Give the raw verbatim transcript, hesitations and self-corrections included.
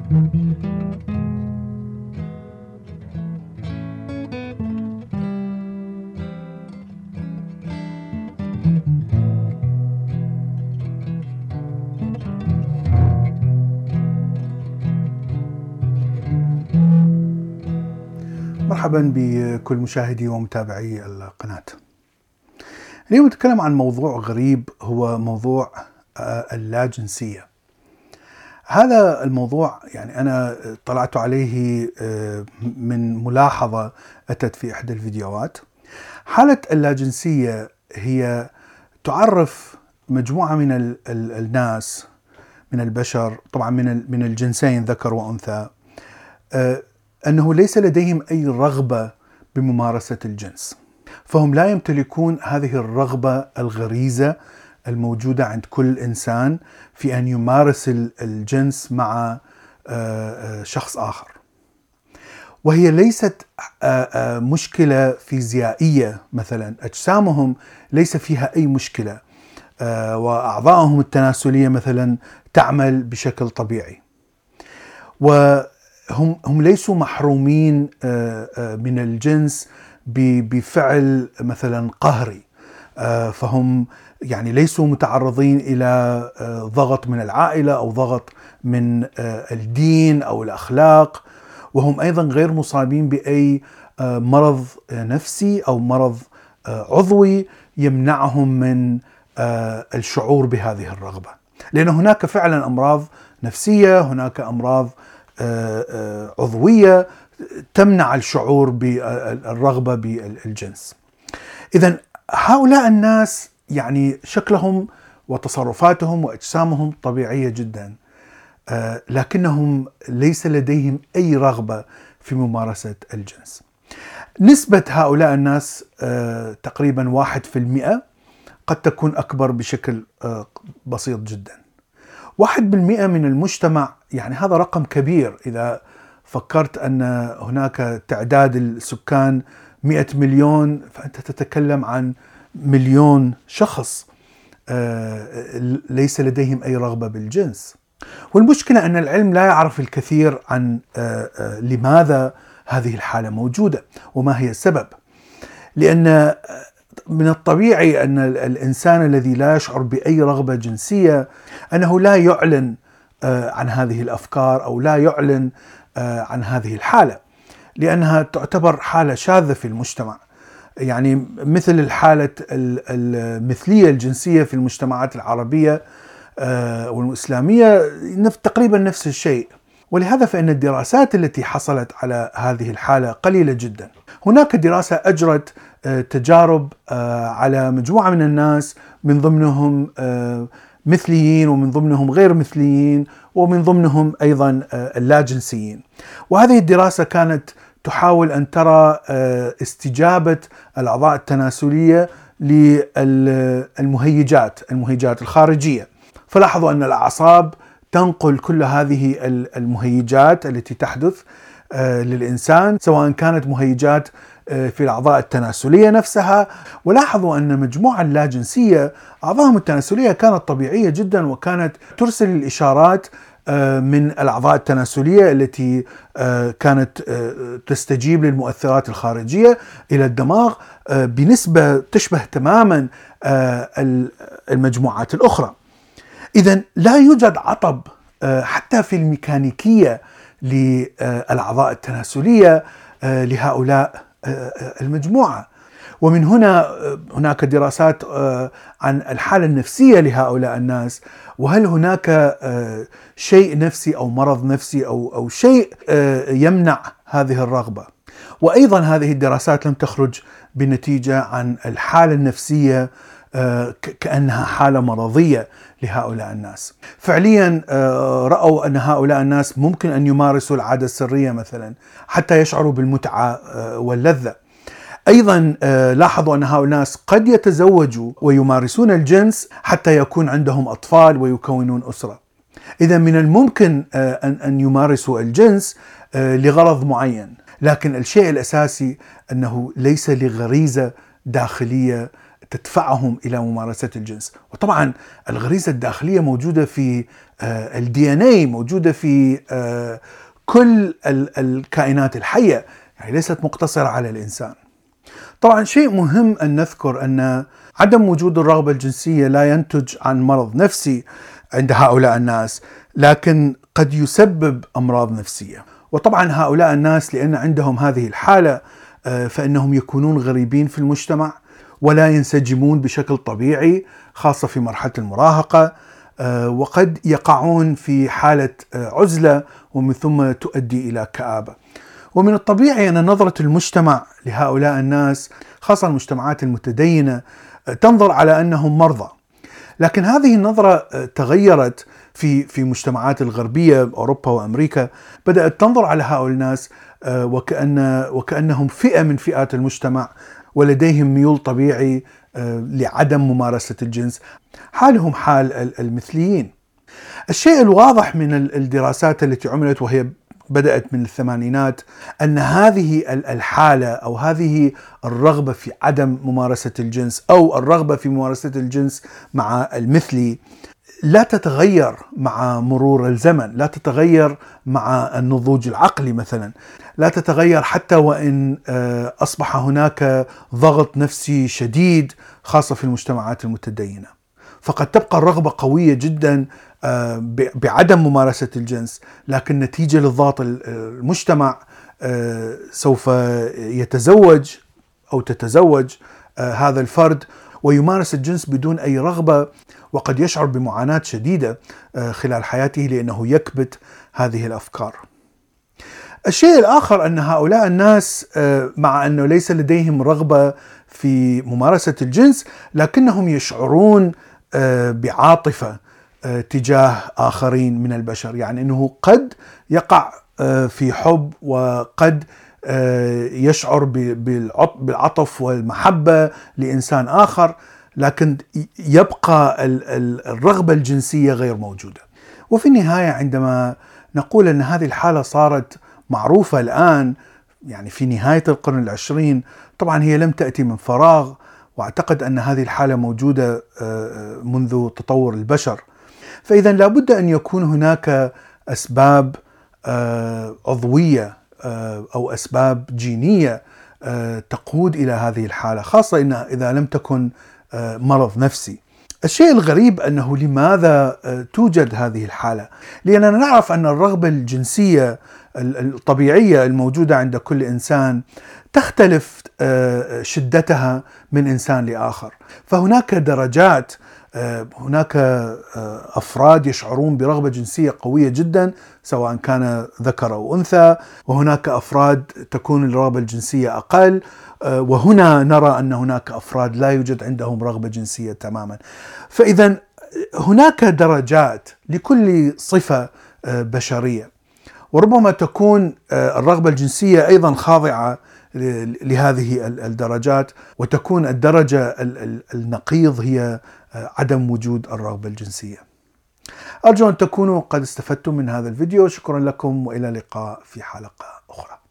مرحبا بكل مشاهدي ومتابعي القناة. اليوم نتكلم عن موضوع غريب، هو موضوع اللاجنسية. هذا الموضوع يعني أنا طلعت عليه من ملاحظة أتت في إحدى الفيديوهات. حالة اللاجنسية هي تعرف مجموعة من الناس، من البشر، طبعا من من الجنسين ذكر وأنثى، أنه ليس لديهم أي رغبة بممارسة الجنس، فهم لا يمتلكون هذه الرغبة الغريزة الموجودة عند كل إنسان في أن يمارس الجنس مع شخص آخر. وهي ليست مشكلة فيزيائية، مثلا أجسامهم ليس فيها أي مشكلة، وأعضائهم التناسلية مثلا تعمل بشكل طبيعي، و هم هم ليسوا محرومين من الجنس بفعل مثلا قهري، فهم يعني ليسوا متعرضين إلى ضغط من العائلة أو ضغط من الدين أو الأخلاق، وهم أيضا غير مصابين بأي مرض نفسي أو مرض عضوي يمنعهم من الشعور بهذه الرغبة، لأن هناك فعلا أمراض نفسية، هناك أمراض عضوية تمنع الشعور بالرغبة بالجنس. إذن هؤلاء الناس يعني شكلهم وتصرفاتهم وأجسامهم طبيعية جدا، لكنهم ليس لديهم أي رغبة في ممارسة الجنس. نسبة هؤلاء الناس تقريبا واحد في المئة، قد تكون أكبر بشكل بسيط جدا. واحد بالمئة من المجتمع، يعني هذا رقم كبير. إذا فكرت أن هناك تعداد السكان مئة مليون، فأنت تتكلم عن مليون شخص ليس لديهم أي رغبة بالجنس. والمشكلة أن العلم لا يعرف الكثير عن لماذا هذه الحالة موجودة وما هي السبب، لأن من الطبيعي أن الإنسان الذي لا يشعر بأي رغبة جنسية أنه لا يعلن عن هذه الأفكار أو لا يعلن عن هذه الحالة، لأنها تعتبر حالة شاذة في المجتمع، يعني مثل الحالة المثلية الجنسية في المجتمعات العربية والإسلامية تقريبا نفس الشيء. ولهذا فإن الدراسات التي حصلت على هذه الحالة قليلة جدا. هناك دراسة أجرت تجارب على مجموعة من الناس، من ضمنهم مثليين ومن ضمنهم غير مثليين ومن ضمنهم أيضا اللاجنسيين. وهذه الدراسة كانت تحاول أن ترى استجابة الأعضاء التناسلية للمهيجات المهيجات الخارجية، فلاحظوا أن الأعصاب تنقل كل هذه المهيجات التي تحدث للإنسان، سواء كانت مهيجات في الأعضاء التناسلية نفسها. ولاحظوا أن مجموعة اللاجنسية أعضائهم التناسلية كانت طبيعية جدا، وكانت ترسل الإشارات من الأعضاء التناسلية التي كانت تستجيب للمؤثرات الخارجية إلى الدماغ بنسبة تشبه تماما المجموعات الأخرى. إذن لا يوجد عطب حتى في الميكانيكية للأعضاء التناسلية لهؤلاء المجموعة. ومن هنا هناك دراسات عن الحالة النفسية لهؤلاء الناس، وهل هناك شيء نفسي أو مرض نفسي أو أو شيء يمنع هذه الرغبة. وأيضا هذه الدراسات لم تخرج بنتيجة عن الحالة النفسية كأنها حالة مرضية لهؤلاء الناس. فعليا رأوا أن هؤلاء الناس ممكن أن يمارسوا العادة السرية مثلا حتى يشعروا بالمتعة واللذة. أيضا لاحظوا أن هؤلاء الناس قد يتزوجوا ويمارسون الجنس حتى يكون عندهم أطفال ويكونون أسرة. إذا من الممكن أن يمارسوا الجنس لغرض معين، لكن الشيء الأساسي أنه ليس لغريزة داخلية تدفعهم إلى ممارسة الجنس. وطبعا الغريزة الداخلية موجودة في الدي ان اي موجودة في كل الكائنات الحية، يعني ليست مقتصرة على الإنسان. طبعا شيء مهم أن نذكر أن عدم وجود الرغبة الجنسية لا ينتج عن مرض نفسي عند هؤلاء الناس، لكن قد يسبب أمراض نفسية. وطبعا هؤلاء الناس لأن عندهم هذه الحالة فإنهم يكونون غريبين في المجتمع ولا ينسجمون بشكل طبيعي، خاصة في مرحلة المراهقة، وقد يقعون في حالة عزلة ومن ثم تؤدي إلى كآبة. ومن الطبيعي أن نظرة المجتمع لهؤلاء الناس، خاصة المجتمعات المتدينة، تنظر على أنهم مرضى. لكن هذه النظرة تغيرت في في مجتمعات الغربية، أوروبا وأمريكا، بدأت تنظر على هؤلاء الناس وكأن وكأنهم فئة من فئات المجتمع ولديهم ميول طبيعي لعدم ممارسة الجنس، حالهم حال المثليين. الشيء الواضح من الدراسات التي عملت وهي بدأت من الثمانينات أن هذه الحالة أو هذه الرغبة في عدم ممارسة الجنس أو الرغبة في ممارسة الجنس مع المثلي لا تتغير مع مرور الزمن، لا تتغير مع النضوج العقلي مثلا، لا تتغير حتى وإن أصبح هناك ضغط نفسي شديد خاصة في المجتمعات المتدينة. فقد تبقى الرغبة قوية جدا بعدم ممارسة الجنس، لكن نتيجة للضغط المجتمع سوف يتزوج أو تتزوج هذا الفرد ويمارس الجنس بدون أي رغبة، وقد يشعر بمعاناة شديدة خلال حياته لأنه يكبت هذه الأفكار. الشيء الآخر أن هؤلاء الناس مع أنه ليس لديهم رغبة في ممارسة الجنس، لكنهم يشعرون بعاطفة تجاه آخرين من البشر، يعني أنه قد يقع في حب وقد يشعر بالعطف والمحبة لإنسان آخر، لكن يبقى الرغبة الجنسية غير موجودة. وفي النهاية عندما نقول أن هذه الحالة صارت معروفة الآن، يعني في نهاية القرن العشرين، طبعا هي لم تأتي من فراغ، واعتقد أن هذه الحالة موجودة منذ تطور البشر. فإذا لابد أن يكون هناك أسباب عضوية أو أسباب جينية تقود إلى هذه الحالة، خاصة إن إذا لم تكن مرض نفسي. الشيء الغريب أنه لماذا توجد هذه الحالة؟ لأننا نعرف أن الرغبة الجنسية الطبيعية الموجودة عند كل إنسان تختلف شدتها من إنسان لآخر، فهناك درجات. هناك أفراد يشعرون برغبة جنسية قوية جدا سواء كان ذكر أو أنثى، وهناك أفراد تكون الرغبة الجنسية أقل، وهنا نرى أن هناك أفراد لا يوجد عندهم رغبة جنسية تماما. فإذا هناك درجات لكل صفة بشرية، وربما تكون الرغبة الجنسية أيضا خاضعة لهذه الدرجات، وتكون الدرجة النقيض هي عدم وجود الرغبة الجنسية. أرجو أن تكونوا قد استفدتم من هذا الفيديو. شكرا لكم وإلى اللقاء في حلقة أخرى.